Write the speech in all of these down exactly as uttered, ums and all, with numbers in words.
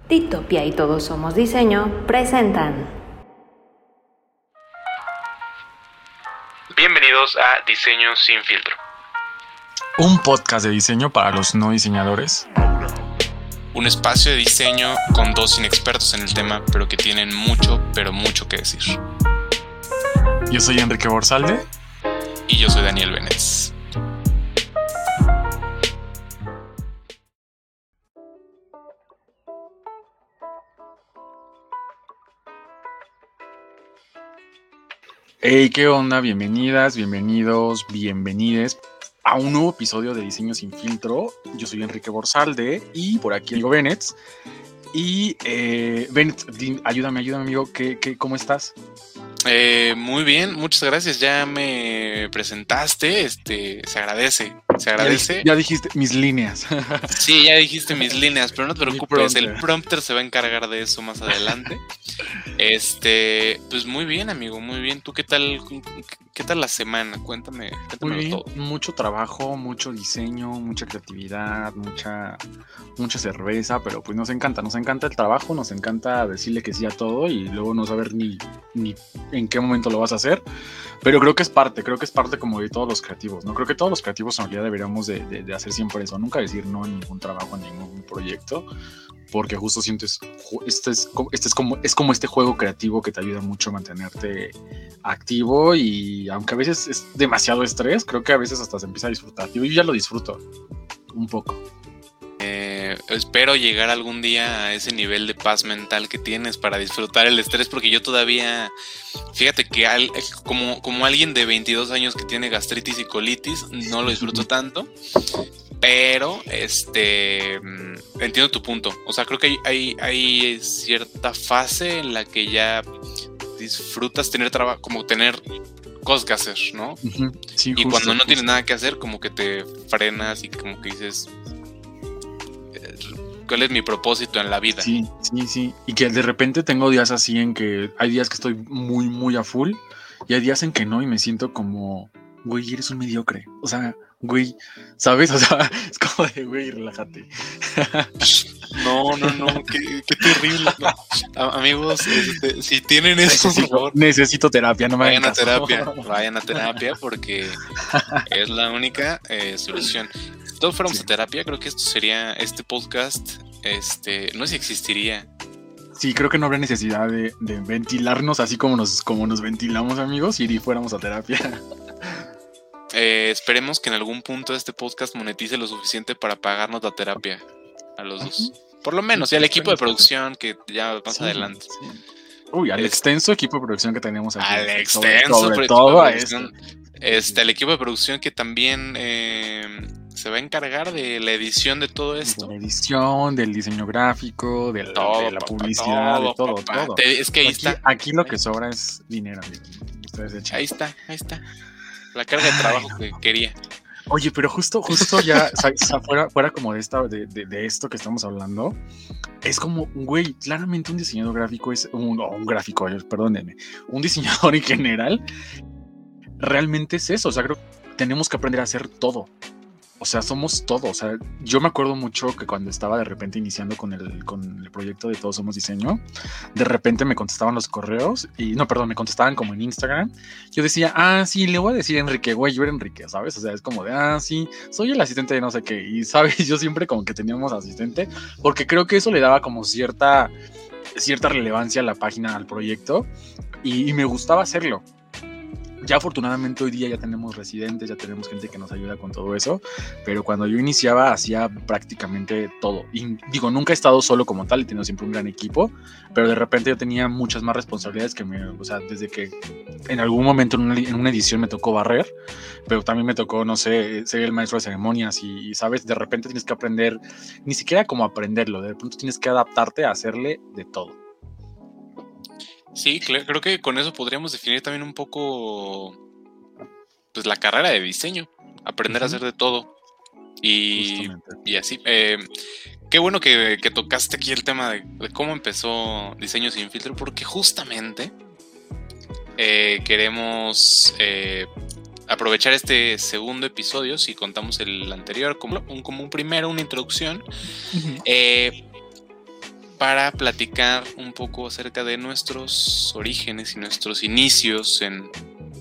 Ditopia y Todos Somos Diseño presentan. Bienvenidos a Diseño Sin Filtro, un podcast de diseño para los no diseñadores. Un espacio de diseño con dos inexpertos en el tema, pero que tienen mucho, pero mucho que decir. Yo soy Enrique Borsalde. Y yo soy Daniel Benítez. Hey, ¿qué onda? Bienvenidas, bienvenidos, bienvenides a un nuevo episodio de Diseño Sin Filtro. Yo soy Enrique Borsalde y por aquí amigo Benítez. Y eh, Benítez, ayúdame, ayúdame amigo, ¿qué, qué, ¿cómo estás? Eh, muy bien, muchas gracias. Ya me presentaste, este, se agradece, se agradece. Ya, ya dijiste mis líneas. Sí, ya dijiste mis líneas, pero no te preocupes, el prompter se va a encargar de eso más adelante. Este, pues muy bien, amigo, muy bien. ¿Tú qué tal, qué tal la semana? Cuéntame, cuéntame muy bien, todo. Mucho trabajo, mucho diseño, mucha creatividad, mucha, mucha cerveza, pero pues nos encanta, nos encanta el trabajo, nos encanta decirle que sí a todo y luego no saber ni, ni en qué momento lo vas a hacer, pero creo que es parte, creo que es parte como de todos los creativos, ¿no? Creo que todos los creativos en realidad deberíamos de, de, de hacer siempre eso, nunca decir no en ningún trabajo, en ningún proyecto, porque justo sientes, este es, este es, como, es como este juego creativo que te ayuda mucho a mantenerte activo y aunque a veces es demasiado estrés, creo que a veces hasta se empieza a disfrutar. Yo ya lo disfruto un poco. Eh, espero llegar algún día a ese nivel de paz mental que tienes para disfrutar el estrés, porque yo todavía, fíjate que al, como, como alguien de veintidós años que tiene gastritis y colitis, no lo disfruto tanto, pero este entiendo tu punto. O sea, creo que hay, hay, hay cierta fase en la que ya disfrutas tener trabajo, como tener cosas que hacer, ¿no? Uh-huh. Sí, y justo, cuando no justo. tienes nada que hacer, como que te frenas y como que dices, ¿cuál es mi propósito en la vida? Sí, sí, sí. Y que de repente tengo días así en que hay días que estoy muy, muy a full y hay días en que no y me siento como, güey, eres un mediocre. O sea, güey, ¿sabes? O sea, es como de, güey, relájate. No, no, no, qué, qué terrible. No. A, amigos, este, si tienen eso, necesito, por favor, necesito terapia, no me vayan a caso. terapia, vayan a terapia porque es la única eh, solución. Si todos fuéramos sí. a terapia, creo que esto sería, este podcast, este, no sé si existiría. Sí, creo que no habría necesidad de, de ventilarnos así como nos, como nos ventilamos, amigos, y fuéramos a terapia. Eh, esperemos que en algún punto este podcast monetice lo suficiente para pagarnos la terapia a los dos. Por lo menos, sí, y al equipo de producción que ya más sí, adelante. Sí. Uy, al es, extenso equipo de producción que tenemos aquí. Al extenso, sobre, sobre todo a esto. Este, el equipo de producción que también eh, se va a encargar de la edición de todo esto. De la edición, del diseño gráfico, de la, todo, de la papá, publicidad, todo, de todo, papá. todo. Te, es que ahí aquí, está. Aquí lo que sobra es dinero. Ustedes ahí está, ahí está. La carga de trabajo Ay, no. que quería. Oye, pero justo, justo ya, o sea, fuera, fuera como de, esta, de, de, de esto que estamos hablando, es como, güey, claramente un diseñador gráfico es, un, oh, un gráfico, perdónenme, un diseñador en general, realmente es eso, o sea, creo que tenemos que aprender a hacer todo. O sea, somos todo. O sea, yo me acuerdo mucho que cuando estaba de repente iniciando con el, con el proyecto de Todos Somos Diseño, de repente me contestaban los correos y, no, perdón, me contestaban como en Instagram. Yo decía, ah, sí, le voy a decir a Enrique, güey, yo era Enrique, ¿sabes? O sea, es como de, ah, sí, soy el asistente de no sé qué. Y, ¿sabes? Yo siempre como que teníamos asistente porque creo que eso le daba como cierta, cierta relevancia a la página, al proyecto y, y me gustaba hacerlo. Ya afortunadamente hoy día ya tenemos residentes, ya tenemos gente que nos ayuda con todo eso, pero cuando yo iniciaba hacía prácticamente todo. Y digo, nunca he estado solo como tal, he tenido siempre un gran equipo, pero de repente yo tenía muchas más responsabilidades que me, o sea, desde que en algún momento en una, en una edición me tocó barrer, pero también me tocó, no sé, ser el maestro de ceremonias y, y, ¿sabes? De repente tienes que aprender, ni siquiera como aprenderlo, de pronto tienes que adaptarte a hacerle de todo. Sí, creo que con eso podríamos definir también un poco pues la carrera de diseño, aprender uh-huh. a hacer de todo y, y así. Eh, qué bueno que, que tocaste aquí el tema de, de cómo empezó Diseño Sin Filtro, porque justamente eh, queremos eh, aprovechar este segundo episodio, si contamos el anterior como un, como un primero, una introducción. Uh-huh. Eh, para platicar un poco acerca de nuestros orígenes y nuestros inicios en,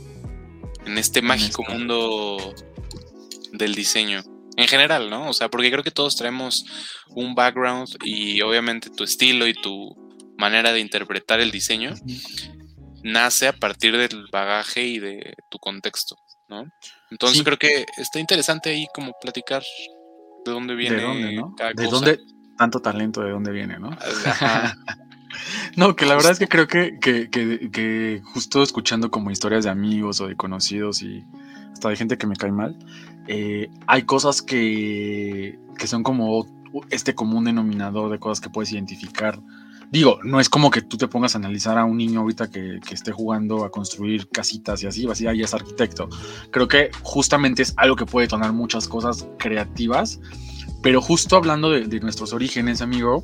en este mágico en mundo del diseño. En general, ¿no? O sea, porque creo que todos traemos un background y obviamente tu estilo y tu manera de interpretar el diseño nace a partir del bagaje y de tu contexto, ¿no? Entonces sí. Creo que está interesante ahí como platicar de dónde viene ¿De dónde, no? cada ¿De cosa. dónde tanto talento, de dónde viene, no? Ajá. No, que la verdad es que creo que, que, que, que justo escuchando como historias de amigos o de conocidos y hasta de gente que me cae mal, eh, hay cosas que, que son como este común denominador de cosas que puedes identificar. Digo, no es como que tú te pongas a analizar a un niño ahorita que, que esté jugando a construir casitas y así, va a decir, ah, ya es arquitecto. Creo que justamente es algo que puede detonar muchas cosas creativas, pero justo hablando de, de nuestros orígenes, amigo,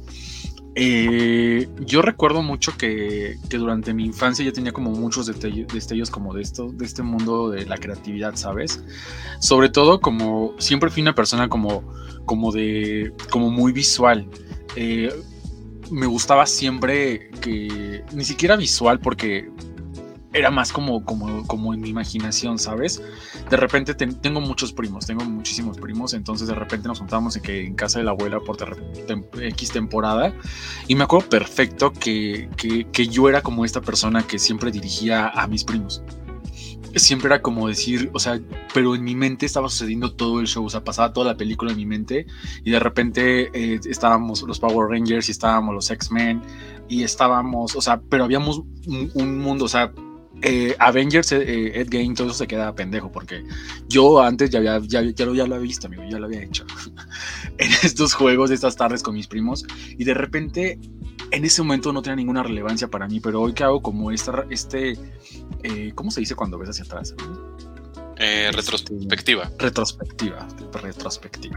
eh, yo recuerdo mucho que, que durante mi infancia yo tenía como muchos destellos, destellos como de esto, de este mundo de la creatividad, ¿sabes? Sobre todo como siempre fui una persona como, como de, como muy visual. Eh, me gustaba siempre que, ni siquiera visual, porque era más como, como, como en mi imaginación, ¿sabes? De repente te, tengo muchos primos, tengo muchísimos primos, entonces de repente nos juntábamos en, que, en casa de la abuela por ter, tem, X temporada, y me acuerdo perfecto que, que, que yo era como esta persona que siempre dirigía a mis primos. Siempre era como decir, o sea, pero en mi mente estaba sucediendo todo el show, o sea, pasaba toda la película en mi mente y de repente eh, estábamos los Power Rangers y estábamos los X-Men y estábamos, o sea, pero habíamos un, un mundo, o sea, eh, Avengers, eh, Ed Gein, todo eso se queda pendejo porque yo antes ya, había, ya, ya, lo, ya lo había visto, amigo, ya lo había hecho en estos juegos, estas tardes con mis primos y de repente en ese momento no tenía ninguna relevancia para mí, pero hoy que hago como esta, este, eh, ¿cómo se dice cuando ves hacia atrás? Eh, retrospectiva. Este, retrospectiva, retrospectiva.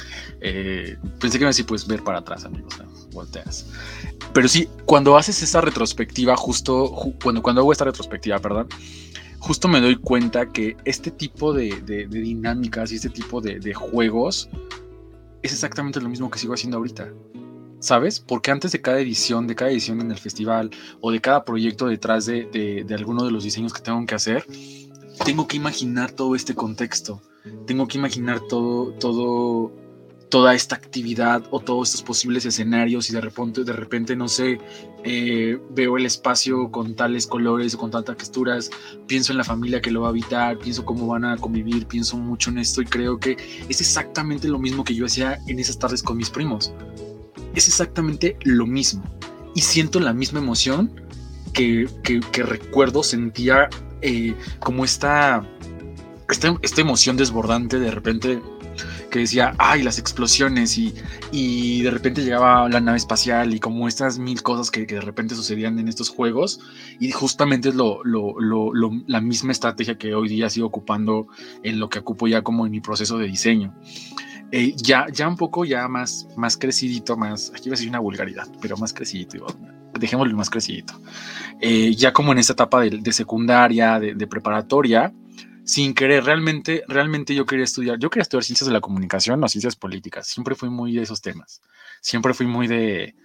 Eh, pensé que me decía, pues ver para atrás, amigos, ¿no? Volteas. Pero sí, cuando haces esa retrospectiva, justo, ju, cuando, cuando hago esta retrospectiva, perdón, justo me doy cuenta que este tipo de, de, de dinámicas y este tipo de, de juegos es exactamente lo mismo que sigo haciendo ahorita. ¿Sabes? Porque antes de cada edición, de cada edición en el festival o de cada proyecto detrás de, de, de alguno de los diseños que tengo que hacer, tengo que imaginar todo este contexto, tengo que imaginar todo, todo, toda esta actividad o todos estos posibles escenarios y de repente, de repente no sé, eh, veo el espacio con tales colores o con tantas texturas, pienso en la familia que lo va a habitar, pienso cómo van a convivir, pienso mucho en esto y creo que es exactamente lo mismo que yo hacía en esas tardes con mis primos. Es exactamente lo mismo y siento la misma emoción que, que, que recuerdo, sentía eh, como esta, esta, esta emoción desbordante de repente que decía, ay, las explosiones y, y de repente llegaba la nave espacial y como estas mil cosas que, que de repente sucedían en estos juegos y justamente es lo, lo, lo, lo, la misma estrategia que hoy día sigo ocupando en lo que ocupo ya como en mi proceso de diseño. Eh, ya, ya un poco ya más, más crecidito, más, aquí iba a decir una vulgaridad, pero más crecidito, dejémoslo más crecidito. Eh, ya como en esta etapa de, de secundaria, de, de preparatoria, sin querer, realmente, realmente yo quería estudiar, yo quería estudiar ciencias de la comunicación o ciencias políticas, siempre fui muy de esos temas, siempre fui muy de,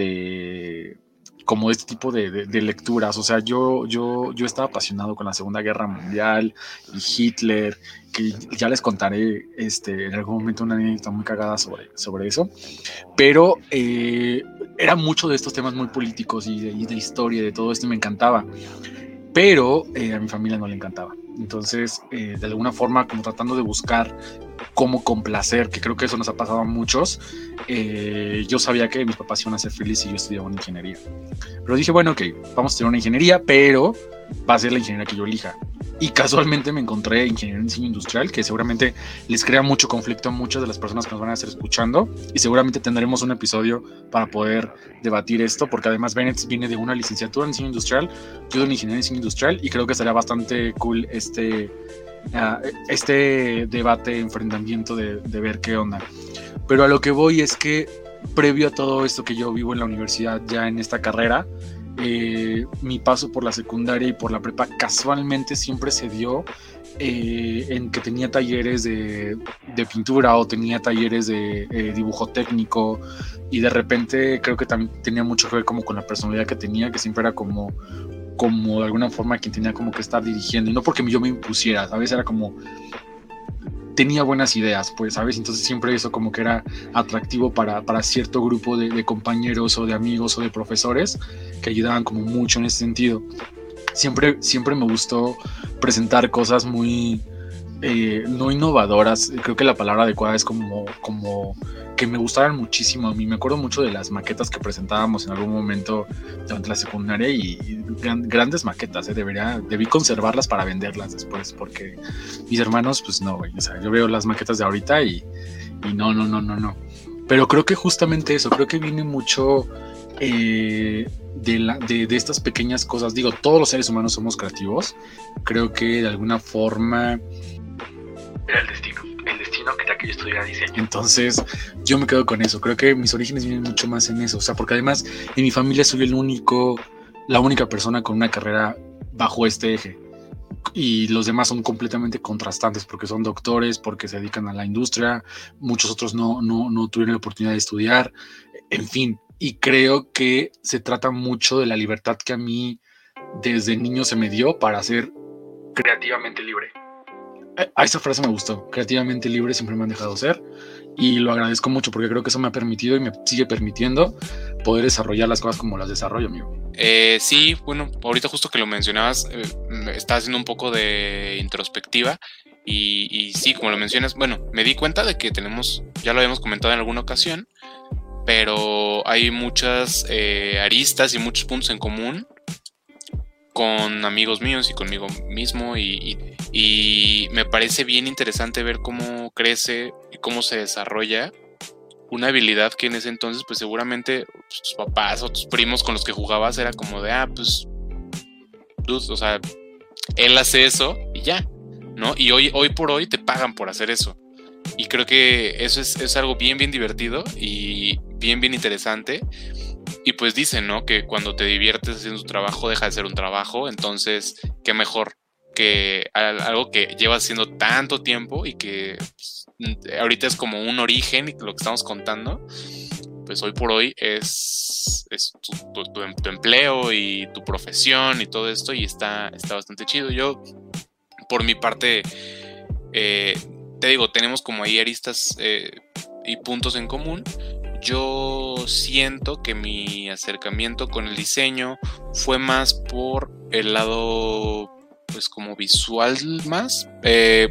de como este tipo de, de, de lecturas, o sea, yo, yo, yo estaba apasionado con la Segunda Guerra Mundial y Hitler, que ya les contaré este, en algún momento una anécdota muy cagada sobre, sobre eso, pero eh, era mucho de estos temas muy políticos y de, y de historia, de todo esto, y me encantaba, pero eh, a mi familia no le encantaba. Entonces, eh, de alguna forma, como tratando de buscar cómo complacer, que creo que eso nos ha pasado a muchos, eh, yo sabía que mis papás iban a ser felices si yo estudiaba una ingeniería. Pero dije, bueno, ok, vamos a estudiar una ingeniería, pero va a ser la ingeniería que yo elija. Y casualmente me encontré ingeniería en diseño industrial, que seguramente les crea mucho conflicto a muchas de las personas que nos van a estar escuchando, y seguramente tendremos un episodio para poder debatir esto, porque además Bennett viene de una licenciatura en diseño industrial, yo de una ingeniería en diseño industrial, y creo que estaría bastante cool este, uh, este debate, enfrentamiento de, de ver qué onda. Pero a lo que voy es que previo a todo esto que yo vivo en la universidad ya en esta carrera, Eh, mi paso por la secundaria y por la prepa casualmente siempre se dio eh, en que tenía talleres de, de pintura o tenía talleres de eh, dibujo técnico, y de repente creo que también tenía mucho que ver como con la personalidad que tenía, que siempre era como, como de alguna forma quien tenía como que estar dirigiendo, y no porque yo me impusiera, ¿sabes? Era como... tenía buenas ideas, pues, ¿sabes? Entonces siempre eso como que era atractivo para, para cierto grupo de, de compañeros o de amigos o de profesores que ayudaban como mucho en ese sentido. Siempre, siempre me gustó presentar cosas muy, eh, no innovadoras, creo que la palabra adecuada es como, como que me gustaran muchísimo a mí. Me acuerdo mucho de las maquetas que presentábamos en algún momento durante la secundaria, y, y gran, grandes maquetas, ¿eh? Debería, debí conservarlas para venderlas después, porque mis hermanos, pues no, güey, o sea, yo veo las maquetas de ahorita y, y no, no, no, no, no. Pero creo que justamente eso, creo que viene mucho... Eh, de, la, de, de estas pequeñas cosas. Digo, todos los seres humanos somos creativos. Creo que de alguna forma era el destino. El destino quería que yo estudiara diseño. Entonces yo me quedo con eso. Creo que mis orígenes vienen mucho más en eso. O sea, porque además en mi familia soy el único, la única persona con una carrera bajo este eje. Y los demás son completamente contrastantes, porque son doctores, porque se dedican a la industria. Muchos otros no, no, no tuvieron la oportunidad de estudiar. En fin. Y creo que se trata mucho de la libertad que a mí desde niño se me dio para ser creativamente libre. A esa frase me gustó. Creativamente libre siempre me han dejado ser. Y lo agradezco mucho, porque creo que eso me ha permitido y me sigue permitiendo poder desarrollar las cosas como las desarrollo, amigo. Eh, sí, bueno, ahorita justo que lo mencionabas, eh, estaba haciendo un poco de introspectiva. Y, y sí, como lo mencionas, bueno, me di cuenta de que tenemos, ya lo habíamos comentado en alguna ocasión, pero hay muchas eh, aristas y muchos puntos en común con amigos míos y conmigo mismo, y, y, y me parece bien interesante ver cómo crece y cómo se desarrolla una habilidad que en ese entonces pues seguramente tus papás o tus primos con los que jugabas era como de, ah, pues, dude, o sea, él hace eso y ya, ¿no? Y hoy, hoy por hoy te pagan por hacer eso. Y creo que eso es, es algo bien, bien divertido y bien, bien interesante. Y pues dicen, ¿no? Que cuando te diviertes haciendo tu trabajo, deja de ser un trabajo. Entonces, qué mejor que algo que llevas haciendo tanto tiempo y que pues, ahorita es como un origen, y lo que estamos contando, pues hoy por hoy es, es tu, tu, tu, tu empleo y tu profesión y todo esto, y está, está bastante chido. Yo, por mi parte, eh, te digo, tenemos como ahí aristas eh, y puntos en común. Yo siento que mi acercamiento con el diseño fue más por el lado, pues, como visual más. Eh,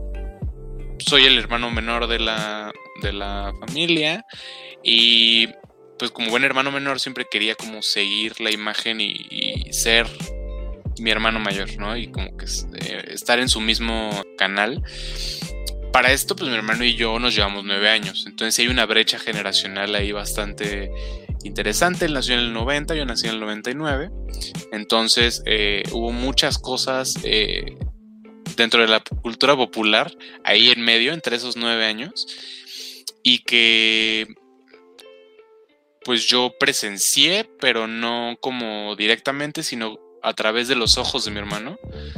soy el hermano menor de la, de la familia, y pues como buen hermano menor siempre quería como seguir la imagen y, y ser mi hermano mayor, ¿no? Y como que eh, estar en su mismo canal. Para esto, pues mi hermano y yo nos llevamos nueve años. Entonces hay una brecha generacional ahí bastante interesante. Él nació en el noventa, yo nací en el noventa y nueve. Entonces eh, hubo muchas cosas eh, dentro de la cultura popular ahí en medio, entre esos nueve años. Y que pues yo presencié, pero no como directamente, sino a través de los ojos de mi hermano.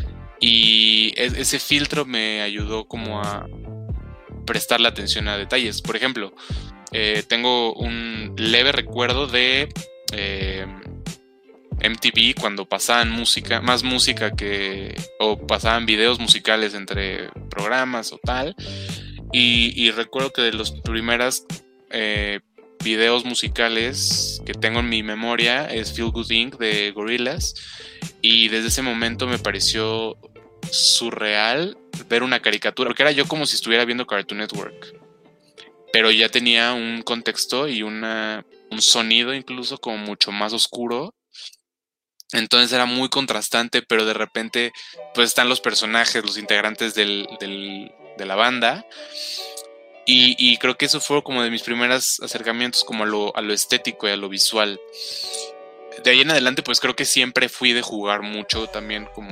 Y ese filtro me ayudó como a prestarle atención a detalles. Por ejemplo, eh, tengo un leve recuerdo de eh, M T V cuando pasaban música, más música que, o pasaban videos musicales entre programas o tal. Y, y recuerdo que de los primeros eh, videos musicales que tengo en mi memoria es Feel Good incorporated de Gorillaz. Y desde ese momento me pareció surreal ver una caricatura, porque era yo como si estuviera viendo Cartoon Network, pero ya tenía un contexto y una, un sonido incluso como mucho más oscuro. Entonces era muy contrastante, pero de repente pues están los personajes, los integrantes del, del, de la banda, y, y creo que eso fue como de mis primeros acercamientos como a lo, a lo estético y a lo visual. De ahí en adelante pues creo que siempre fui de jugar mucho también como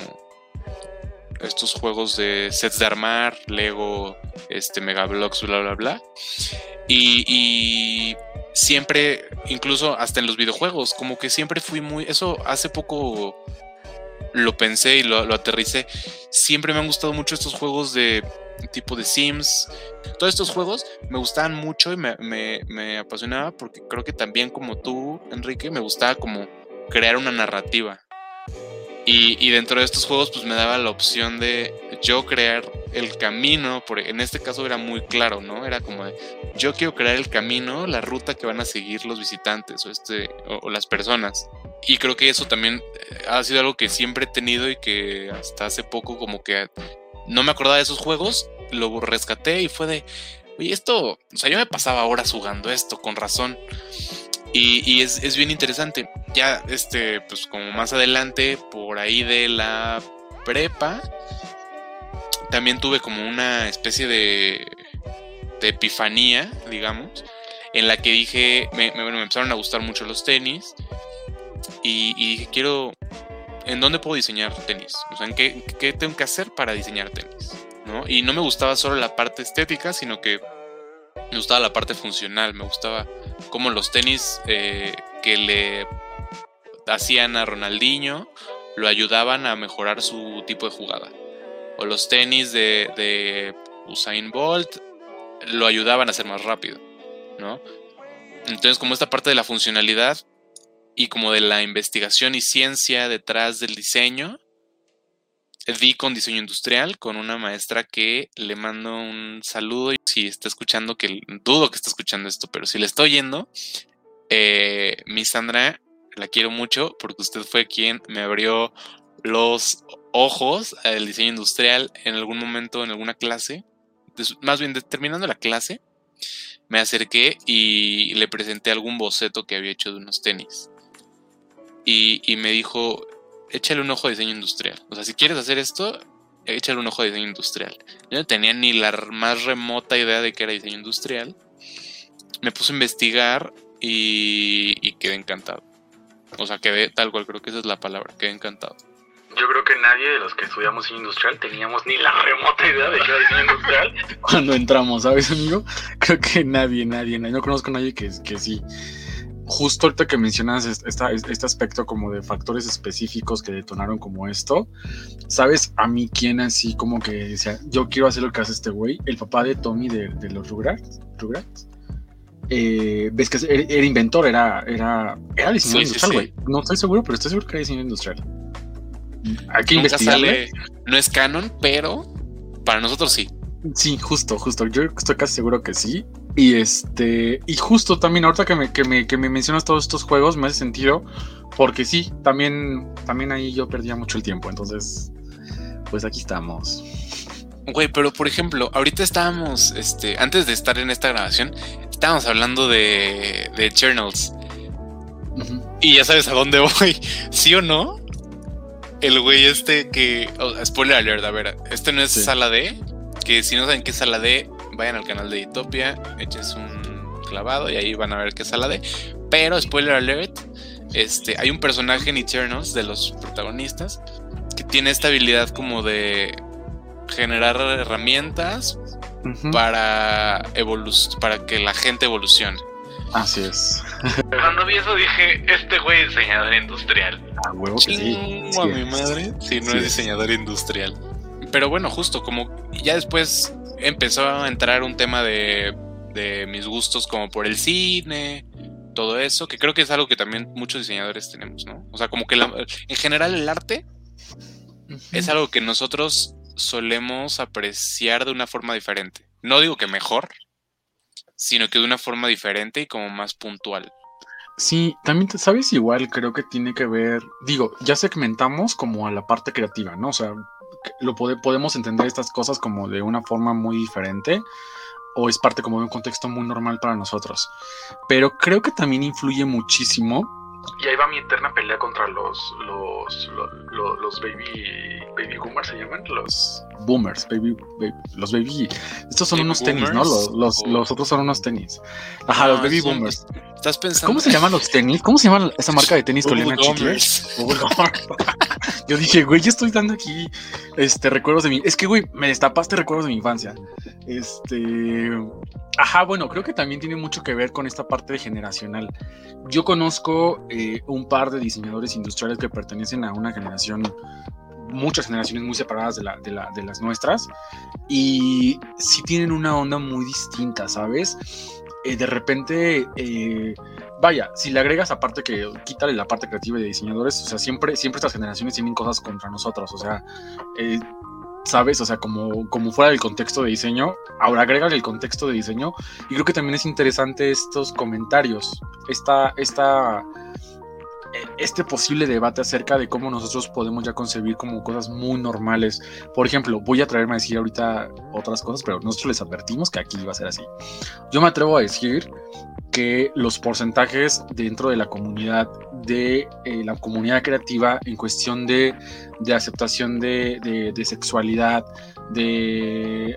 estos juegos de sets de armar, Lego, este, Megablocks, bla bla bla, y, y siempre, incluso hasta en los videojuegos, como que siempre fui muy, eso hace poco lo pensé y lo, lo aterricé. Siempre me han gustado mucho estos juegos de tipo de Sims. Todos estos juegos me gustaban mucho y me, me, me apasionaba porque creo que también como tú, Enrique, me gustaba como crear una narrativa. Y, y dentro de estos juegos pues me daba la opción de yo crear el camino, por, en este caso era muy claro, ¿no? Era como de, yo quiero crear el camino, la ruta que van a seguir los visitantes o, este, o, o las personas. Y creo que eso también ha sido algo que siempre he tenido y que hasta hace poco como que no me acordaba de esos juegos, lo rescaté y fue de, oye, esto, o sea, yo me pasaba horas jugando esto, con razón. Y, y es, es bien interesante. Ya, este, pues como más adelante, por ahí de la prepa, también tuve como una especie de, de epifanía, digamos, en la que dije, me, me, bueno, me empezaron a gustar mucho los tenis y, y dije, quiero, ¿en dónde puedo diseñar tenis? O sea, ¿en qué, qué tengo que hacer para diseñar tenis? ¿No? Y no me gustaba solo la parte estética, sino que me gustaba la parte funcional, me gustaba cómo los tenis eh, que le hacían a Ronaldinho lo ayudaban a mejorar su tipo de jugada. O los tenis de, de Usain Bolt lo ayudaban a ser más rápido, ¿no? Entonces, como esta parte de la funcionalidad y como de la investigación y ciencia detrás del diseño, di con diseño industrial con una maestra que le mando un saludo. Si está escuchando, que dudo que está escuchando esto, pero si le estoy oyendo, eh, mi Sandra, la quiero mucho porque usted fue quien me abrió los ojos al diseño industrial en algún momento, en alguna clase. Más bien, terminando la clase, me acerqué y le presenté algún boceto que había hecho de unos tenis. Y, y me dijo, échale un ojo a diseño industrial. O sea, si quieres hacer esto, échale un ojo a diseño industrial. Yo no tenía ni la más remota idea de que era diseño industrial. Me puse a investigar y, y quedé encantado. O sea, quedé tal cual, creo que esa es la palabra, quedé encantado. Yo creo que nadie de los que estudiamos diseño industrial teníamos ni la remota idea de que era diseño industrial. Cuando entramos, ¿sabes, amigo? Creo que nadie, nadie, nadie. No conozco a nadie que, que sí. Justo ahorita que mencionas esta, este aspecto como de factores específicos que detonaron como esto, ¿sabes a mí quién así como que decía, yo quiero hacer lo que hace este güey? El papá de Tommy de, de los Rugrats. Rugrats. Eh, ves que era, era inventor, era, era, era diseñador sí, industrial, güey. Sí, sí. No estoy seguro, pero estoy seguro que era diseñador industrial. Hay que investigarle. No es canon, pero para nosotros sí. Sí, justo, justo. Yo estoy casi seguro que sí. Y este, y justo también ahorita que me, que me, que me mencionas todos estos juegos, me hace sentido, porque sí, también, también ahí yo perdía mucho el tiempo. Entonces, pues aquí estamos. Güey, pero por ejemplo, ahorita estábamos, este, antes de estar en esta grabación, estábamos hablando de, de Eternals. Uh-huh. Y ya sabes a dónde voy, ¿sí o no? El güey este que, oh, spoiler alert, a ver, este no es sí. Sala D, que si no saben qué es Sala D, vayan al canal de Utopia, eches un clavado y ahí van a ver qué es Sala D. Pero, spoiler alert, este, hay un personaje en Eternals de los protagonistas que tiene esta habilidad como de generar herramientas uh-huh. para evolu- para que la gente evolucione. Así es. Cuando vi eso dije, este güey es diseñador industrial. Ah, huevo que sí. sí. A mi madre, si no sí. es diseñador industrial. Pero bueno, justo como ya después empezó a entrar un tema de, de mis gustos como por el cine, todo eso, que creo que es algo que también muchos diseñadores tenemos, ¿no? O sea, como que la, en general el arte uh-huh. es algo que nosotros solemos apreciar de una forma diferente. No digo que mejor, sino que de una forma diferente y como más puntual. Sí, también, ¿sabes? Igual creo que tiene que ver, digo, ya segmentamos como a la parte creativa, ¿no? O sea, lo pode, podemos entender estas cosas como de una forma muy diferente o es parte como de un contexto muy normal para nosotros. Pero creo que también influye muchísimo. Y ahí va mi eterna pelea contra los los los, los, los baby baby boomers, se llaman los boomers, baby, baby los baby. Estos son baby unos boomers, tenis, ¿no? Los los, oh. los otros son unos tenis. Ajá, no, los baby son, boomers. ¿Estás pensando? ¿Cómo se llaman los tenis? ¿Cómo se llama esa marca de tenis que olían a chicles? Yo dije, güey, yo estoy dando aquí este, recuerdos de mi... Es que, güey, me destapaste recuerdos de mi infancia. Este... Ajá, bueno, creo que también tiene mucho que ver con esta parte de generacional. Yo conozco eh, un par de diseñadores industriales que pertenecen a una generación, muchas generaciones muy separadas de, la, de, la, de las nuestras, y sí tienen una onda muy distinta, ¿sabes? Eh, de repente... Eh, Vaya, si le agregas aparte que quítale la parte creativa de diseñadores, o sea, siempre, siempre estas generaciones tienen cosas contra nosotros, o sea, eh, ¿sabes? O sea, como, como fuera del contexto de diseño, ahora agrégale el contexto de diseño, y creo que también es interesante estos comentarios, esta, esta, este posible debate acerca de cómo nosotros podemos ya concebir como cosas muy normales. Por ejemplo, voy a traerme a decir ahorita otras cosas, pero nosotros les advertimos que aquí iba a ser así. Yo me atrevo a decir que los porcentajes dentro de la comunidad de eh, la comunidad creativa en cuestión de, de aceptación de, de, de sexualidad, de,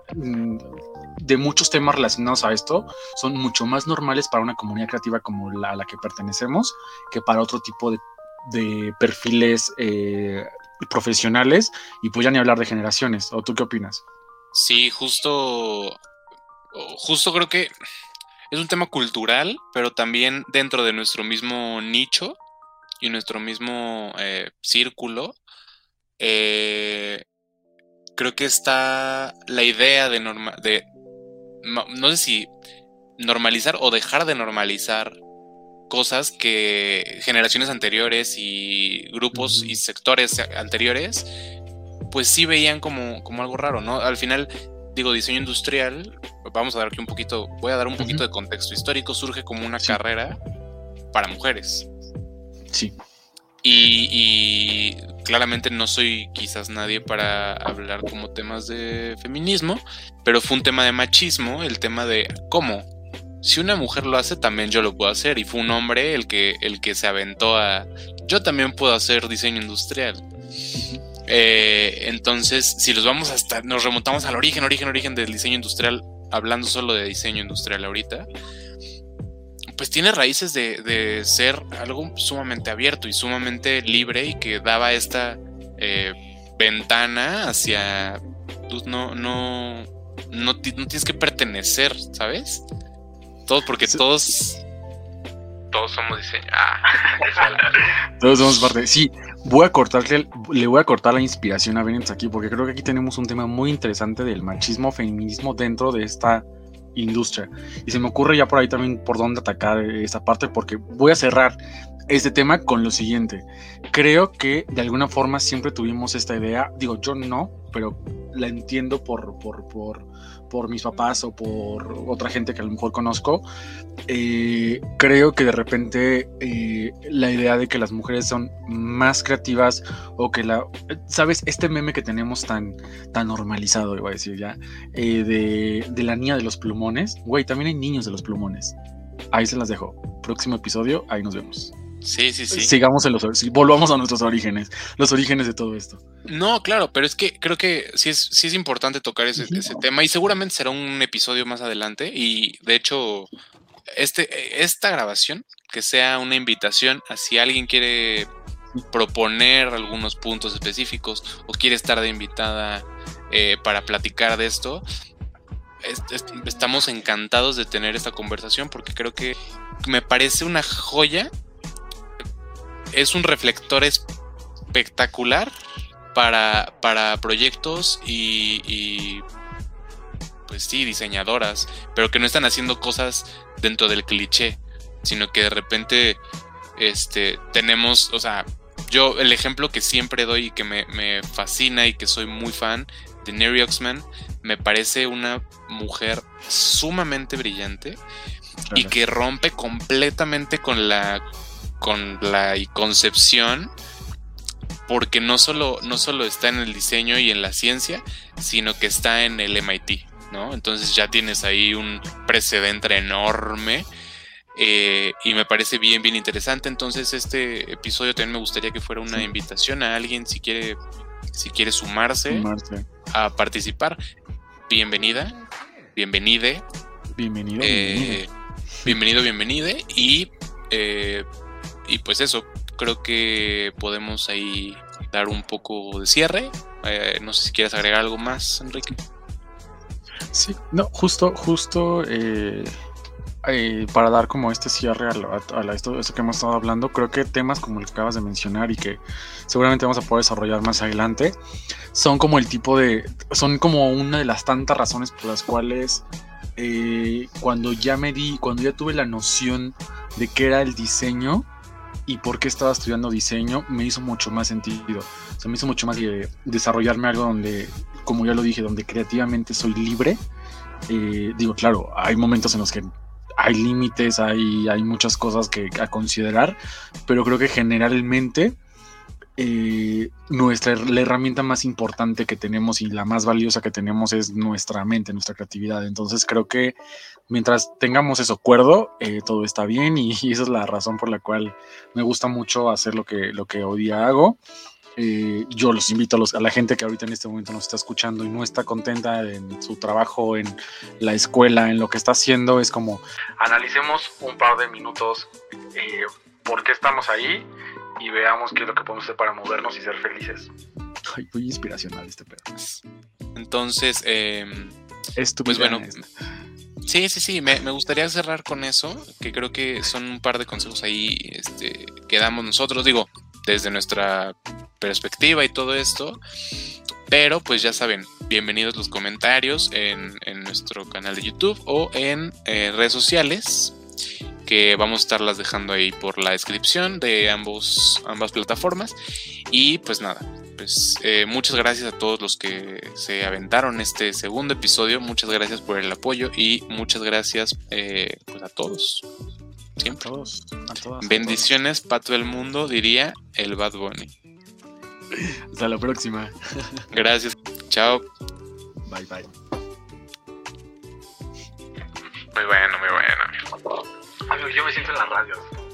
de muchos temas relacionados a esto, son mucho más normales para una comunidad creativa como la a la que pertenecemos que para otro tipo de, de perfiles eh, profesionales, y pues ya ni hablar de generaciones. ¿O tú qué opinas? Sí, justo, justo creo que es un tema cultural, pero también dentro de nuestro mismo nicho y nuestro mismo eh, círculo. Eh, creo que está la idea de, norma- de no, no sé si normalizar o dejar de normalizar cosas que generaciones anteriores y grupos y sectores anteriores pues sí veían como, como algo raro, ¿no? Al final, digo, diseño industrial, vamos a dar aquí un poquito, voy a dar un poquito uh-huh. de contexto histórico, surge como una sí. carrera para mujeres. Sí. Y, y claramente no soy quizás nadie para hablar como temas de feminismo, pero fue un tema de machismo, el tema de cómo, si una mujer lo hace, también yo lo puedo hacer, y fue un hombre el que, el que se aventó a, yo también puedo hacer diseño industrial. Uh-huh. Eh, entonces, si los vamos hasta, nos remontamos al origen, origen, origen del diseño industrial, hablando solo de diseño industrial ahorita, pues tiene raíces de, de ser algo sumamente abierto y sumamente libre, y que daba esta eh, ventana hacia, pues no, no, no, no tienes que pertenecer, ¿sabes? Todos, porque sí. todos... Todos somos diseño. Ah, todos somos parte. Sí, voy a cortarle, le voy a cortar la inspiración a Benítez aquí, porque creo que aquí tenemos un tema muy interesante del machismo, feminismo dentro de esta industria. Y se me ocurre ya por ahí también por dónde atacar esa parte, porque voy a cerrar este tema con lo siguiente. Creo que de alguna forma siempre tuvimos esta idea, digo, yo no, pero la entiendo por, por, por, por mis papás o por otra gente que a lo mejor conozco. Eh, creo que de repente eh, la idea de que las mujeres son más creativas, o que la, ¿sabes? Este meme que tenemos tan, tan normalizado, iba a decir ya, eh, de, de la niña de los plumones. Güey, también hay niños de los plumones. Ahí se las dejo. Próximo episodio, ahí nos vemos. Sí, sí, sí. Sigamos en los, volvamos a nuestros orígenes, los orígenes de todo esto. No, claro, pero es que creo que sí es, sí es importante tocar ese, uh-huh. ese tema, y seguramente será un episodio más adelante. Y de hecho, este, esta grabación, que sea una invitación a si alguien quiere proponer algunos puntos específicos o quiere estar de invitada eh, para platicar de esto, es, es, estamos encantados de tener esta conversación, porque creo que me parece una joya. Es un reflector espectacular para, para proyectos y, y pues sí, diseñadoras, pero que no están haciendo cosas dentro del cliché, sino que de repente este, tenemos, o sea, yo el ejemplo que siempre doy y que me, me fascina y que soy muy fan de Neri Oxman, me parece una mujer sumamente brillante, claro, y que rompe completamente con la con la concepción, porque no solo, no solo está en el diseño y en la ciencia, sino que está en el M I T, ¿no? Entonces ya tienes ahí un precedente enorme, eh, y me parece bien, bien interesante. Entonces este episodio también me gustaría que fuera una sí. invitación a alguien, si quiere, si quiere sumarse, sumarse a participar. Bienvenida, bienvenide. Bienvenido, eh, bienvenido, bienvenide. Y... Eh, Y pues eso, creo que podemos ahí dar un poco de cierre. Eh, no sé si quieres agregar algo más, Enrique. Sí, no, justo, justo eh, eh, para dar como este cierre a, la, a la, esto, esto que hemos estado hablando, creo que temas como el que acabas de mencionar y que seguramente vamos a poder desarrollar más adelante, son como el tipo de, son como una de las tantas razones por las cuales eh, cuando ya me di, cuando ya tuve la noción de qué era el diseño y por qué estaba estudiando diseño, me hizo mucho más sentido. O sea, me hizo mucho más eh, desarrollarme algo donde, como ya lo dije, donde creativamente soy libre. Eh, digo, claro, hay momentos en los que hay límites, hay, hay muchas cosas que a considerar, pero creo que generalmente eh, nuestra, la herramienta más importante que tenemos y la más valiosa que tenemos es nuestra mente, nuestra creatividad. Entonces creo que mientras tengamos eso cuerdo, eh, todo está bien, y, y esa es la razón por la cual me gusta mucho hacer lo que, lo que hoy día hago. Eh, yo los invito a, los, a la gente que ahorita en este momento nos está escuchando y no está contenta en su trabajo, en la escuela, en lo que está haciendo, es como analicemos un par de minutos eh, por qué estamos ahí y veamos qué es lo que podemos hacer para movernos y ser felices. Ay, muy inspiracional este pedo. Entonces, eh, Estupidez. pues bueno, sí, sí, sí, me, me gustaría cerrar con eso, que creo que son un par de consejos ahí este, que damos nosotros, digo, desde nuestra perspectiva y todo esto, pero pues ya saben, bienvenidos los comentarios en, en nuestro canal de YouTube o en eh, redes sociales, que vamos a estarlas dejando ahí por la descripción de ambos, ambas plataformas. Y pues nada, pues eh, muchas gracias a todos los que se aventaron este segundo episodio, muchas gracias por el apoyo y muchas gracias eh, pues a todos. Siempre. A todos, a todas, bendiciones a para todo el mundo, diría el Bad Bunny. Hasta la próxima. Gracias. Chao. Bye, bye. Muy bueno, muy bueno. Amigo, yo me siento en la radio.